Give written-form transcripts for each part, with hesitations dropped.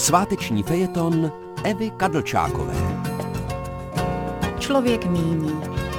Sváteční fejeton Evy Kadlčákové. Člověk míní.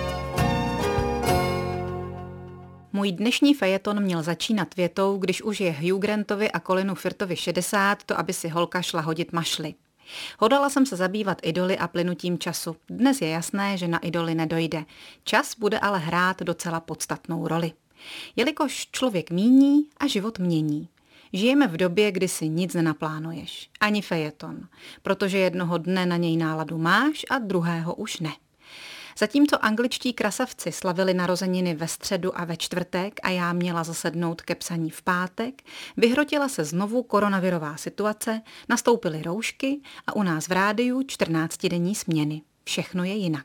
Můj dnešní fejeton měl začínat větou, když už je Hugh Grantovi a Colinu Firthovi 60, to aby si holka šla hodit mašly. Hodlala jsem se zabývat idoly a plynutím času. Dnes je jasné, že na idoly nedojde. Čas bude ale hrát docela podstatnou roli. Jelikož člověk míní a život mění. Žijeme v době, kdy si nic nenaplánuješ. Ani fejeton. Protože jednoho dne na něj náladu máš a druhého už ne. Zatímco angličtí krasavci slavili narozeniny ve středu a ve čtvrtek a já měla zasednout ke psaní v pátek, vyhrotila se znovu koronavirová situace, nastoupily roušky a u nás v rádiu 14denní směny. Všechno je jinak.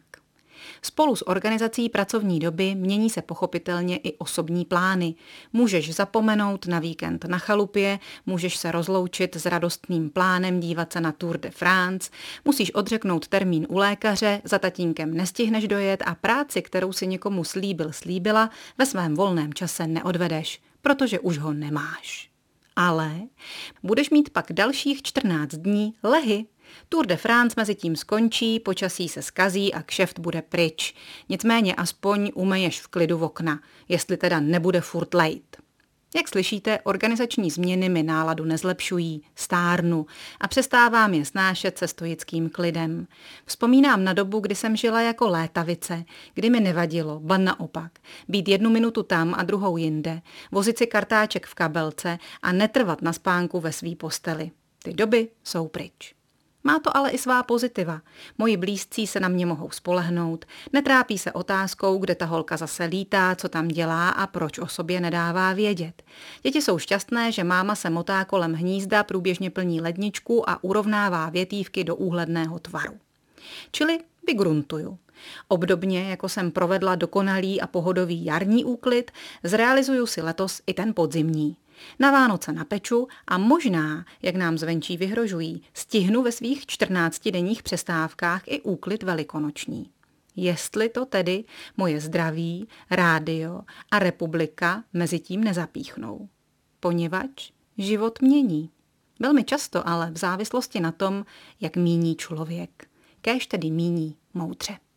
Spolu s organizací pracovní doby mění se pochopitelně i osobní plány. Můžeš zapomenout na víkend na chalupě, můžeš se rozloučit s radostným plánem dívat se na Tour de France, musíš odřeknout termín u lékaře, za tatínkem nestihneš dojet a práci, kterou si někomu slíbila, ve svém volném čase neodvedeš, protože už ho nemáš. Ale budeš mít pak dalších 14 dní lehy. Tour de France mezi tím skončí, počasí se zkazí a kšeft bude pryč. Nicméně aspoň umeješ v klidu v okna, jestli teda nebude furt lejt. Jak slyšíte, organizační změny mi náladu nezlepšují, stárnu a přestávám je snášet se stoickým klidem. Vzpomínám na dobu, kdy jsem žila jako létavice, kdy mi nevadilo, ba naopak, být 1 minutu tam a druhou jinde, vozit si kartáček v kabelce a netrvat na spánku ve svý posteli. Ty doby jsou pryč. Má to ale i svá pozitiva. Moji blízcí se na mě mohou spolehnout, netrápí se otázkou, kde ta holka zase lítá, co tam dělá a proč o sobě nedává vědět. Děti jsou šťastné, že máma se motá kolem hnízda, průběžně plní ledničku a urovnává větívky do úhledného tvaru. Čili vygruntuju. Obdobně, jako jsem provedla dokonalý a pohodový jarní úklid, zrealizuju si letos i ten podzimní. Na Vánoce napeču a možná, jak nám zvenčí vyhrožují, stihnu ve svých 14denních přestávkách i úklid velikonoční. Jestli to tedy moje zdraví, rádio a republika mezi tím nezapíchnou. Poněvadž život mění. Velmi často ale v závislosti na tom, jak míní člověk. Kéž tedy míní moudře.